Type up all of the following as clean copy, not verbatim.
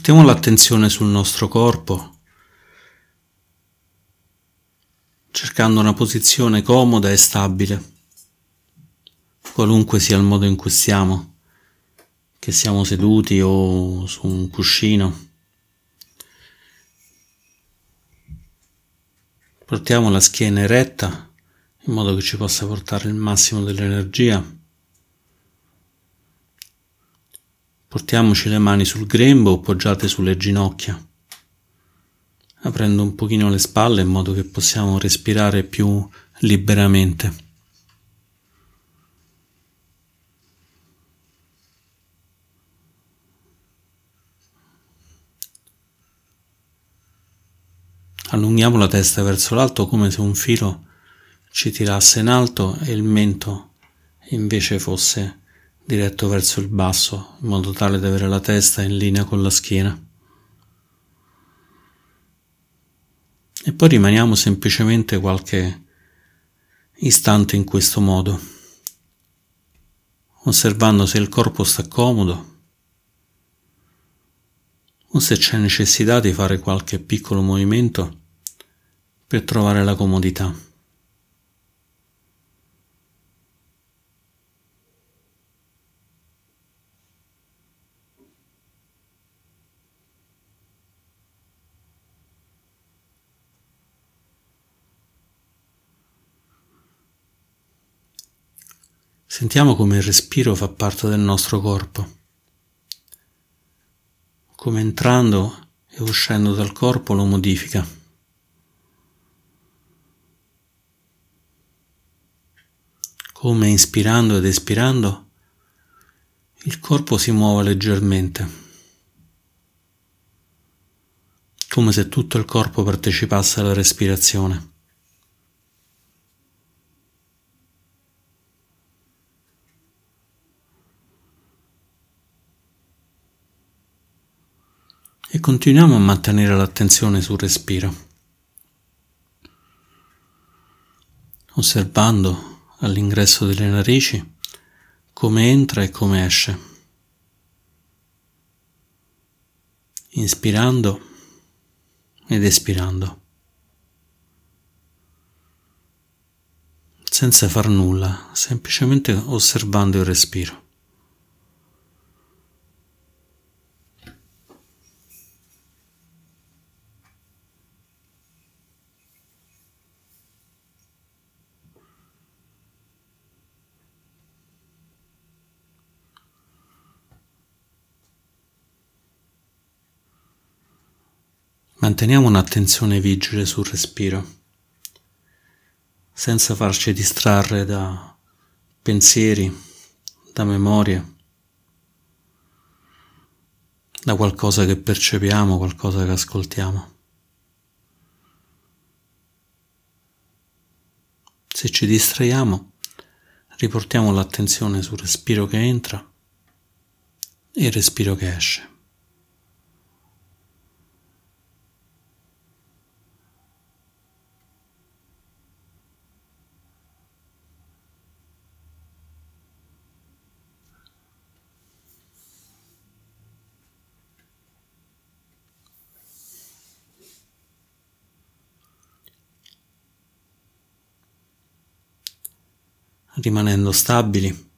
Portiamo l'attenzione sul nostro corpo, cercando una posizione comoda e stabile, qualunque sia il modo in cui siamo, che siamo seduti o su un cuscino. Portiamo la schiena eretta in modo che ci possa portare il massimo dell'energia. Portiamoci le mani sul grembo o poggiate sulle ginocchia, aprendo un pochino le spalle in modo che possiamo respirare più liberamente. Allunghiamo la testa verso l'alto come se un filo ci tirasse in alto e il mento invece fosse diretto verso il basso, in modo tale da avere la testa in linea con la schiena. E poi rimaniamo semplicemente qualche istante in questo modo, osservando se il corpo sta comodo o se c'è necessità di fare qualche piccolo movimento per trovare la comodità. Sentiamo come il respiro fa parte del nostro corpo, come entrando e uscendo dal corpo lo modifica. Come inspirando ed espirando il corpo si muove leggermente, come se tutto il corpo partecipasse alla respirazione. E continuiamo a mantenere l'attenzione sul respiro, osservando all'ingresso delle narici come entra e come esce, inspirando ed espirando, senza far nulla, semplicemente osservando il respiro. Manteniamo un'attenzione vigile sul respiro, senza farci distrarre da pensieri, da memorie, da qualcosa che percepiamo, qualcosa che ascoltiamo. Se ci distraiamo, riportiamo l'attenzione sul respiro che entra e il respiro che esce. Rimanendo stabili,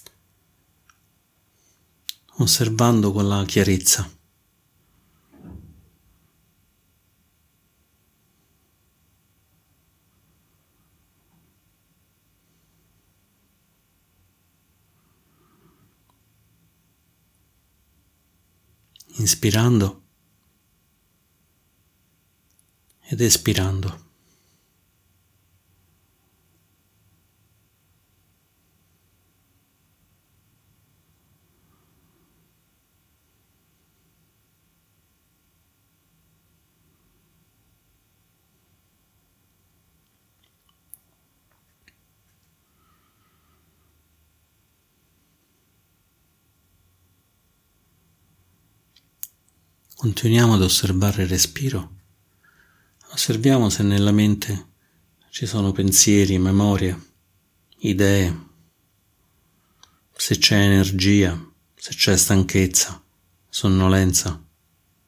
osservando con la chiarezza. Inspirando ed espirando. Continuiamo ad osservare il respiro. Osserviamo se nella mente ci sono pensieri, memorie, idee, se c'è energia, se c'è stanchezza, sonnolenza.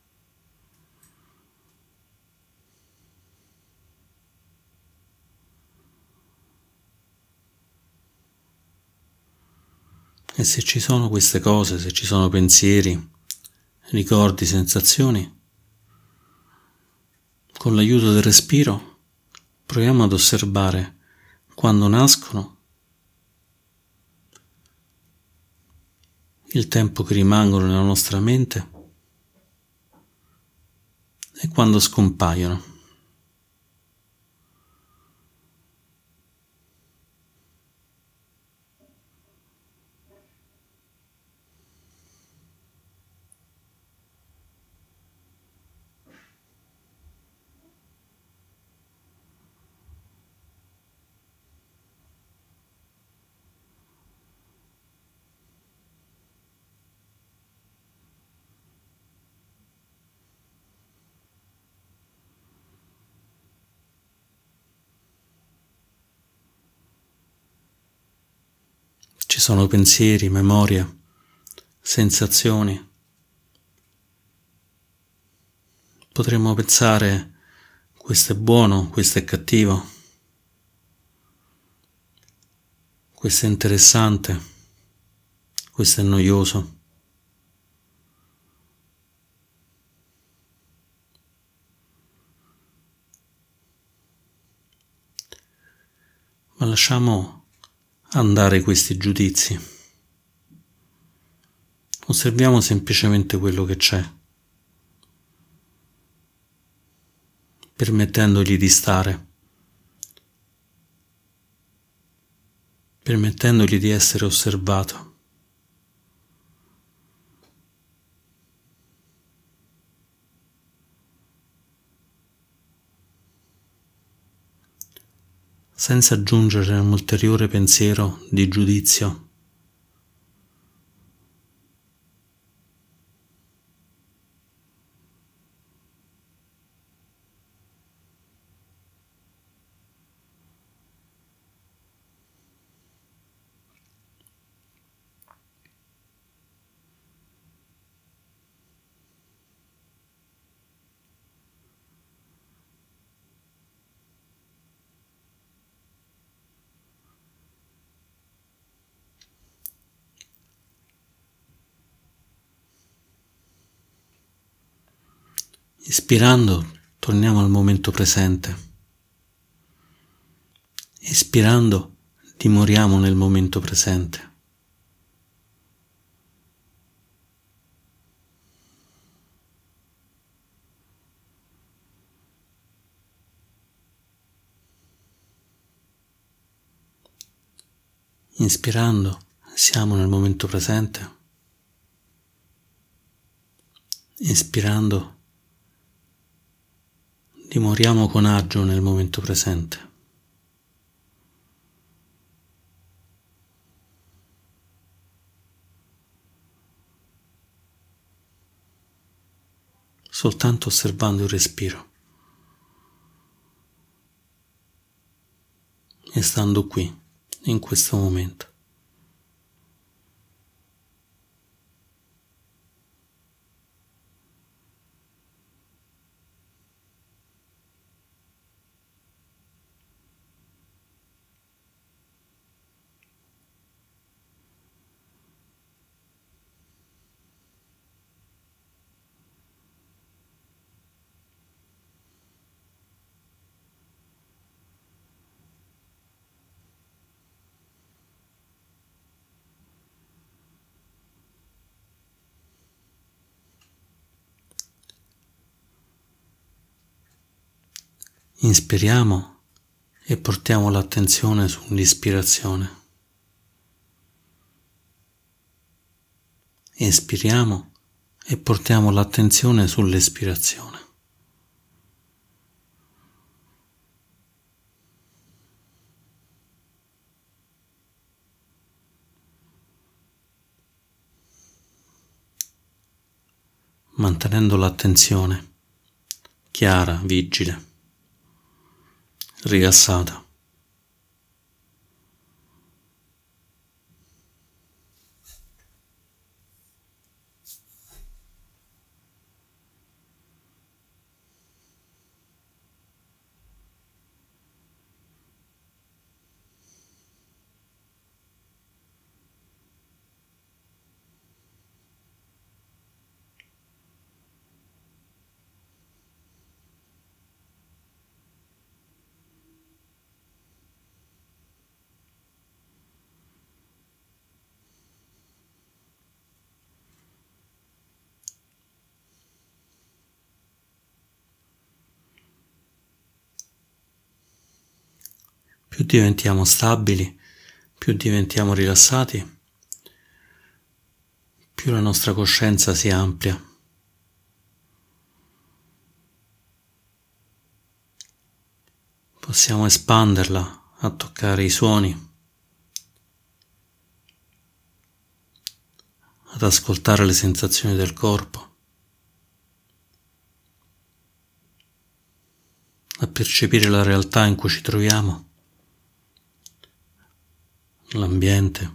E se ci sono queste cose, se ci sono pensieri, ricordi, sensazioni, con l'aiuto del respiro proviamo ad osservare quando nascono, il tempo che rimangono nella nostra mente e quando scompaiono. Ci sono pensieri, memorie, sensazioni. Potremmo pensare questo è buono, questo è cattivo, questo è interessante, questo è noioso. Ma lasciamo andare questi giudizi. Osserviamo semplicemente quello che c'è, permettendogli di stare, permettendogli di essere osservato. Senza aggiungere un ulteriore pensiero di giudizio. Ispirando, torniamo al momento presente. Espirando, dimoriamo nel momento presente. Inspirando, siamo nel momento presente. Espirando, dimoriamo con agio nel momento presente. Soltanto osservando il respiro e stando qui, in questo momento. Inspiriamo e portiamo l'attenzione sull'ispirazione. Espiriamo e portiamo l'attenzione sull'espirazione. Mantenendo l'attenzione chiara, vigile, rilassata. più diventiamo stabili, più diventiamo rilassati, più la nostra coscienza si amplia. Possiamo espanderla a toccare i suoni, ad ascoltare le sensazioni del corpo, a percepire la realtà in cui ci troviamo, l'ambiente.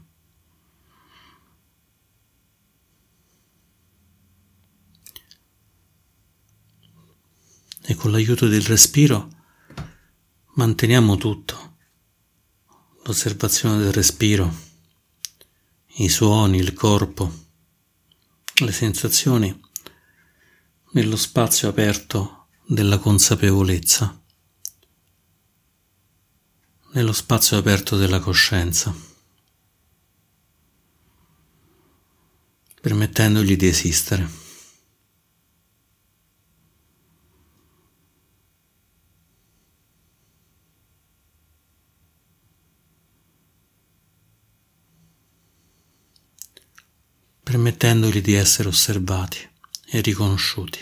E con l'aiuto del respiro manteniamo tutto, l'osservazione del respiro, i suoni, il corpo, le sensazioni nello spazio aperto della consapevolezza, nello spazio aperto della coscienza, permettendogli di esistere. Permettendogli di essere osservati e riconosciuti.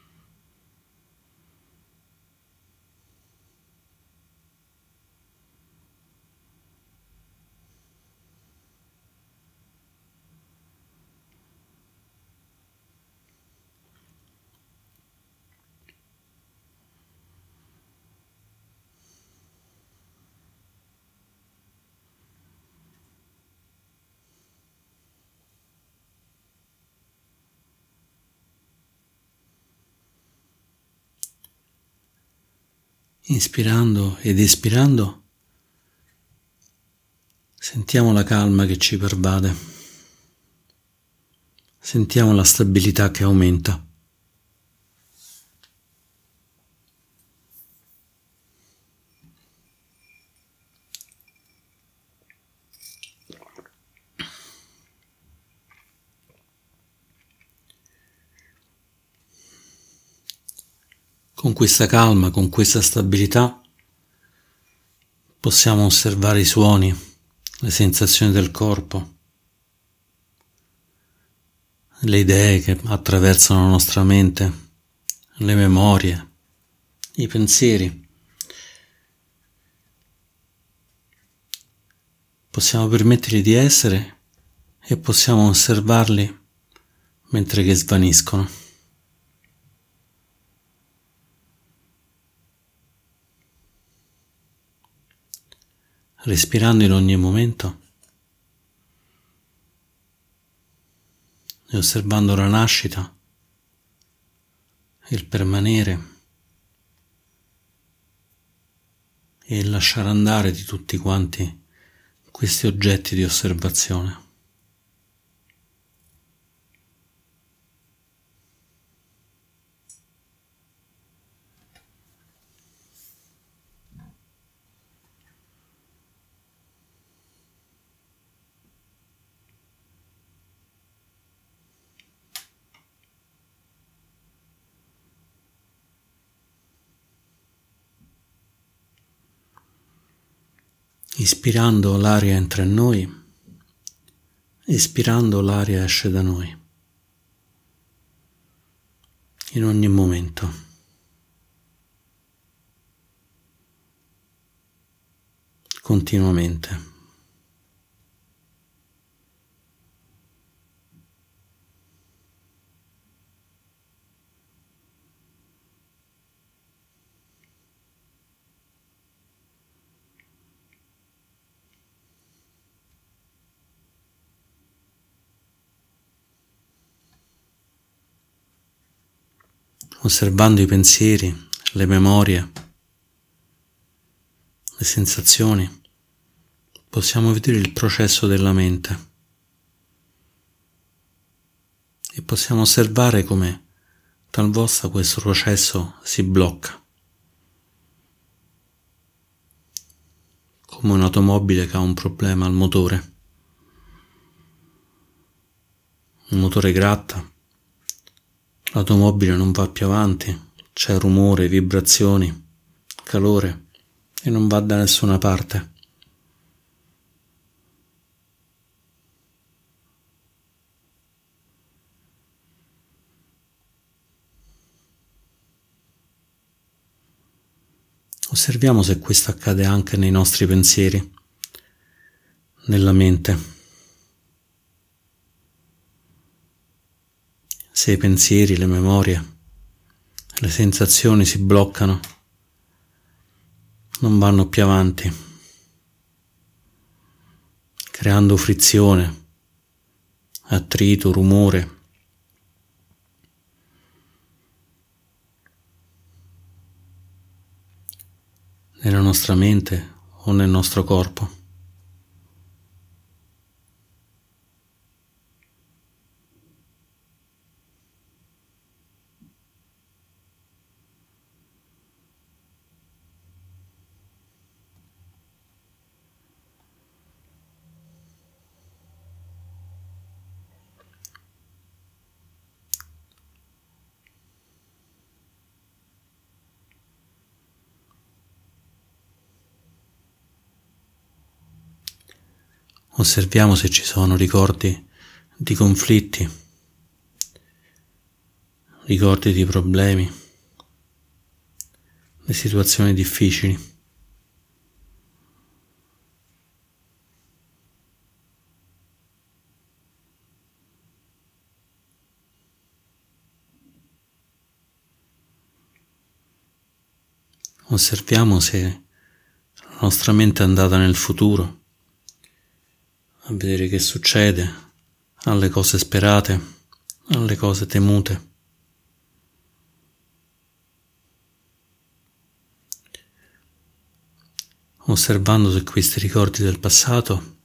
Inspirando ed espirando, sentiamo la calma che ci pervade, sentiamo la stabilità che aumenta. Con questa calma, con questa stabilità, possiamo osservare i suoni, le sensazioni del corpo, le idee che attraversano la nostra mente, le memorie, i pensieri. Possiamo permettergli di essere e possiamo osservarli mentre che svaniscono. Respirando in ogni momento e osservando la nascita, il permanere e il lasciare andare di tutti quanti questi oggetti di osservazione. Ispirando l'aria entra in noi, espirando l'aria esce da noi, in ogni momento. Continuamente. Osservando i pensieri, le memorie, le sensazioni, possiamo vedere il processo della mente e possiamo osservare come talvolta questo processo si blocca, come un'automobile che ha un problema al motore. Il motore gratta, l'automobile non va più avanti, c'è rumore, vibrazioni, calore e non va da nessuna parte. Osserviamo se questo accade anche nei nostri pensieri, nella mente. Se i pensieri, le memorie, le sensazioni si bloccano, non vanno più avanti, creando frizione, attrito, rumore. Nella nostra mente o nel nostro corpo. Osserviamo se ci sono ricordi di conflitti, ricordi di problemi, di situazioni difficili. Osserviamo se la nostra mente è andata nel futuro, a vedere che succede, alle cose sperate, alle cose temute. Osservando se questi ricordi del passato,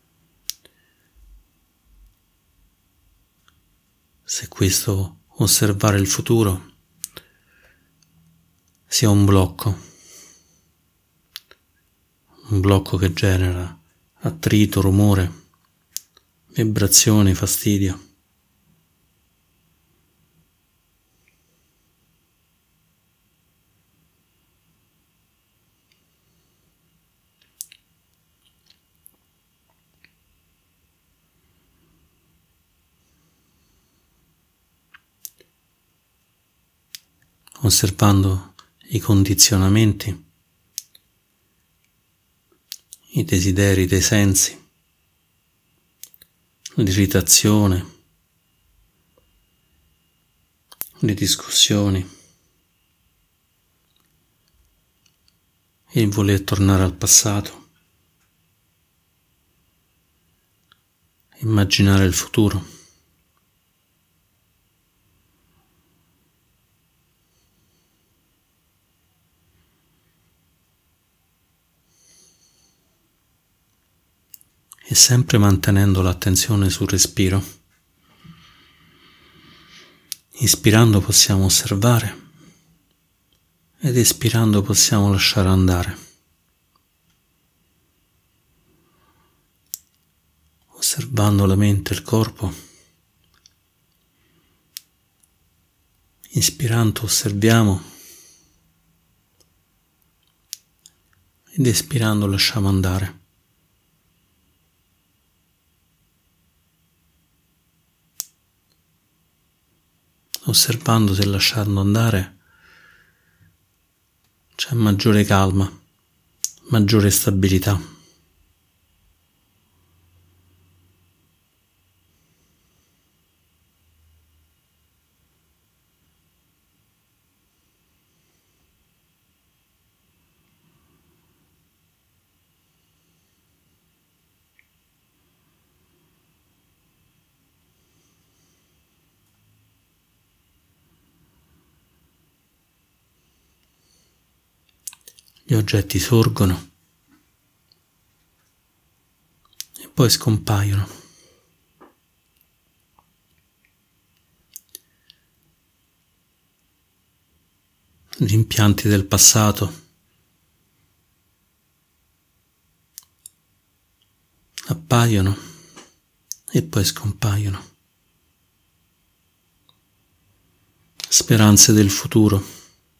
se questo osservare il futuro sia un blocco che genera attrito, rumore, vibrazioni, fastidio. Osservando i condizionamenti, i desideri dei sensi, l'irritazione, le discussioni, il voler tornare al passato, immaginare il futuro. E sempre mantenendo l'attenzione sul respiro. Inspirando possiamo osservare ed espirando possiamo lasciare andare. Osservando la mente e il corpo. Inspirando osserviamo ed espirando lasciamo andare. Osservando se lasciando andare c'è maggiore calma, maggiore stabilità. Gli oggetti sorgono e poi scompaiono. Gli impianti del passato appaiono e poi scompaiono. Speranze del futuro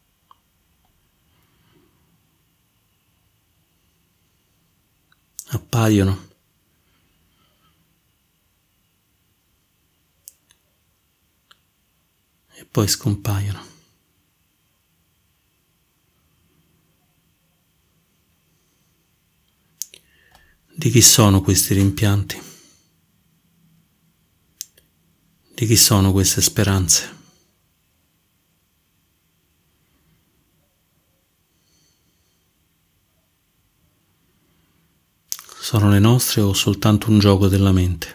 appaiono e poi scompaiono. Di chi sono questi rimpianti? Di chi sono queste speranze? Sono le nostre o soltanto un gioco della mente?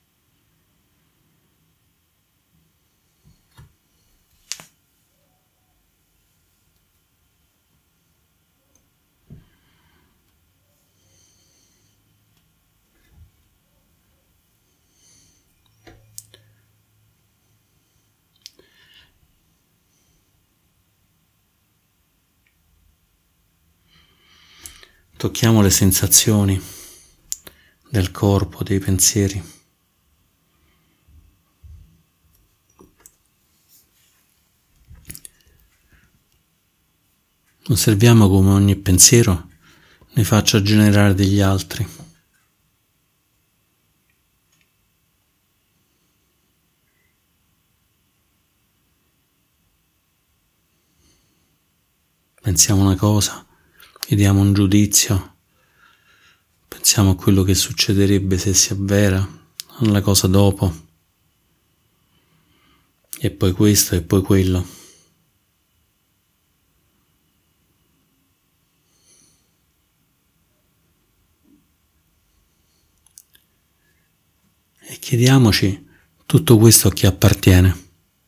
Tocchiamo le sensazioni del corpo, dei pensieri. Osserviamo come ogni pensiero ne faccia generare degli altri. Pensiamo una cosa, gli diamo un giudizio, pensiamo a quello che succederebbe se si avvera, alla cosa dopo, e poi questo e poi quello. E chiediamoci tutto questo a chi appartiene.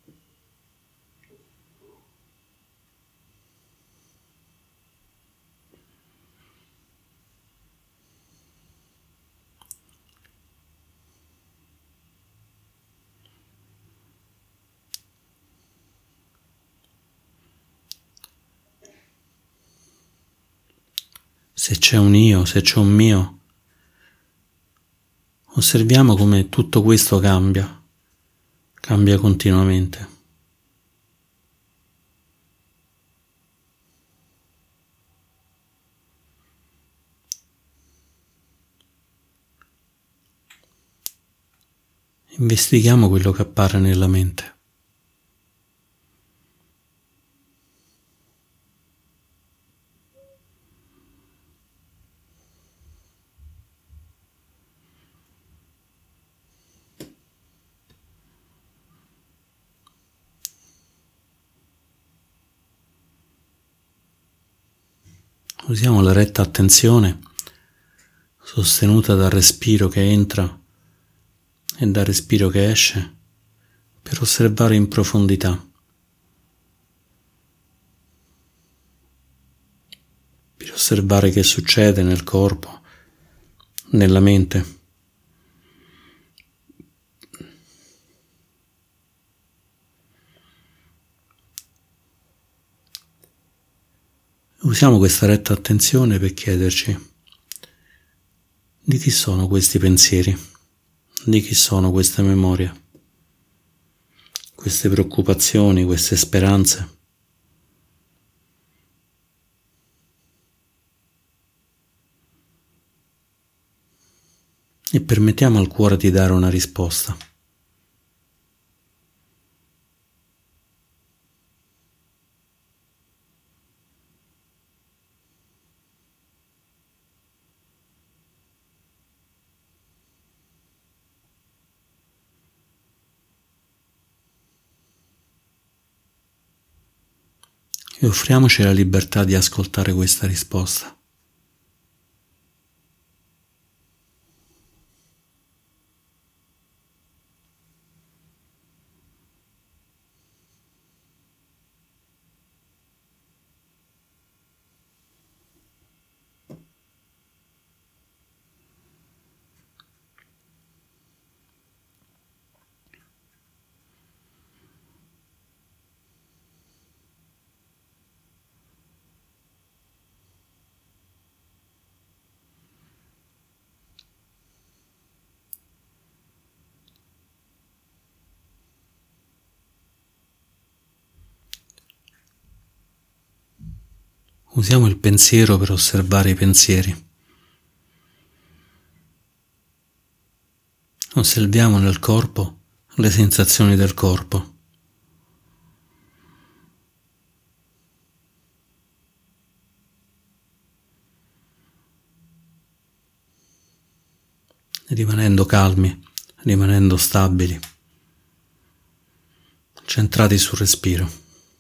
Se c'è un io, se c'è un mio, osserviamo come tutto questo cambia continuamente. Investighiamo quello che appare nella mente. Usiamo la retta attenzione sostenuta dal respiro che entra e dal respiro che esce per osservare in profondità, per osservare che succede nel corpo, nella mente. Usiamo questa retta attenzione per chiederci di chi sono questi pensieri, di chi sono queste memorie, queste preoccupazioni, queste speranze. E permettiamo al cuore di dare una risposta. E offriamoci la libertà di ascoltare questa risposta. Usiamo il pensiero per osservare i pensieri. Osserviamo nel corpo le sensazioni del corpo. rimanendo calmi, rimanendo stabili, centrati sul respiro.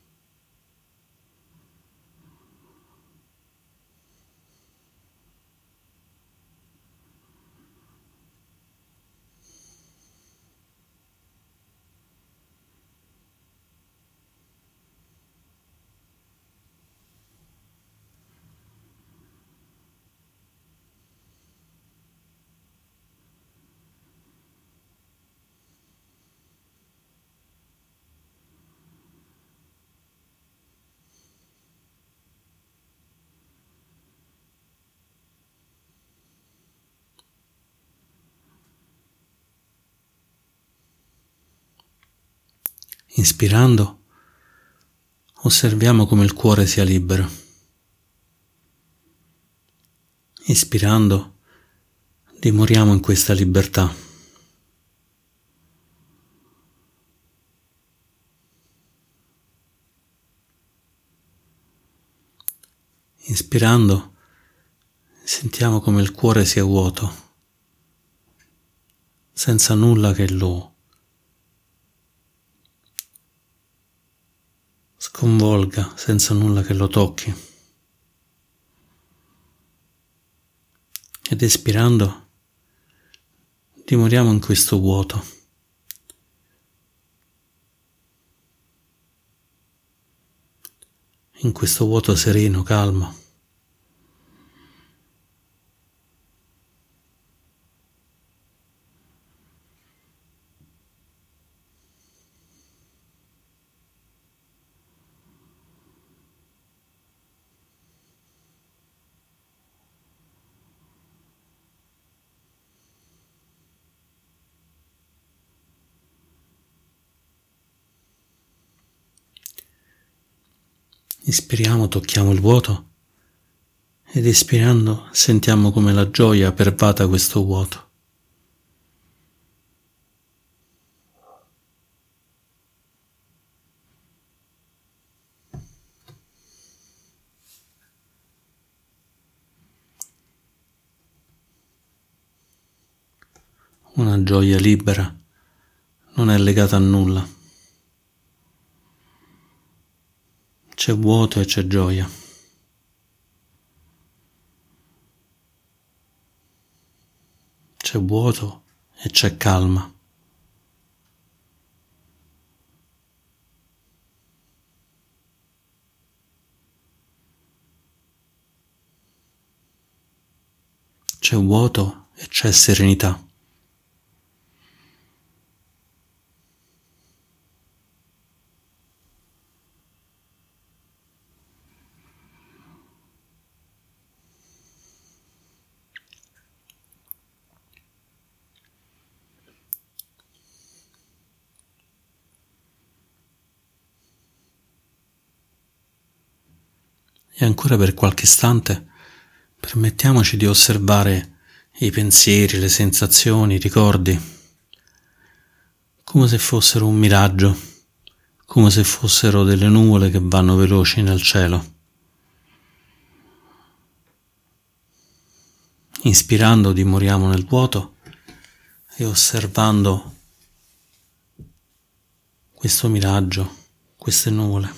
Inspirando, osserviamo come il cuore sia libero. Ispirando, dimoriamo in questa libertà. Inspirando, sentiamo come il cuore sia vuoto, senza nulla che lo sconvolga, senza nulla che lo tocchi. Ed espirando, dimoriamo in questo vuoto. In questo vuoto sereno, calmo. Ispiriamo, tocchiamo il vuoto ed espirando sentiamo come la gioia pervada questo vuoto. Una gioia libera, non è legata a nulla. C'è vuoto e c'è gioia. C'è vuoto e c'è calma. C'è vuoto e c'è serenità. E ancora per qualche istante permettiamoci di osservare i pensieri, le sensazioni, i ricordi, come se fossero un miraggio, come se fossero delle nuvole che vanno veloci nel cielo. Inspirando dimoriamo nel vuoto e osservando questo miraggio, queste nuvole.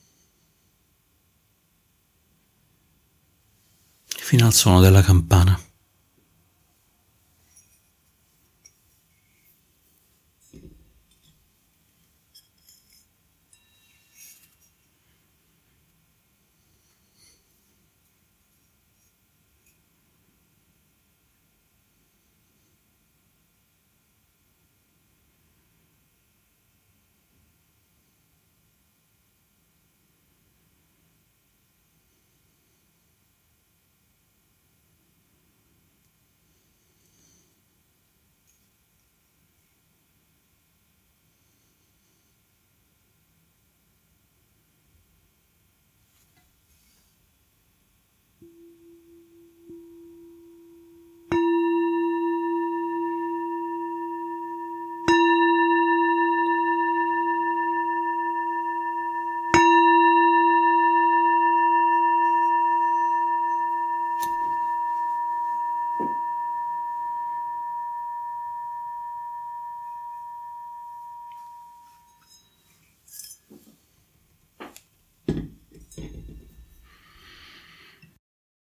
Fino al suono della campana.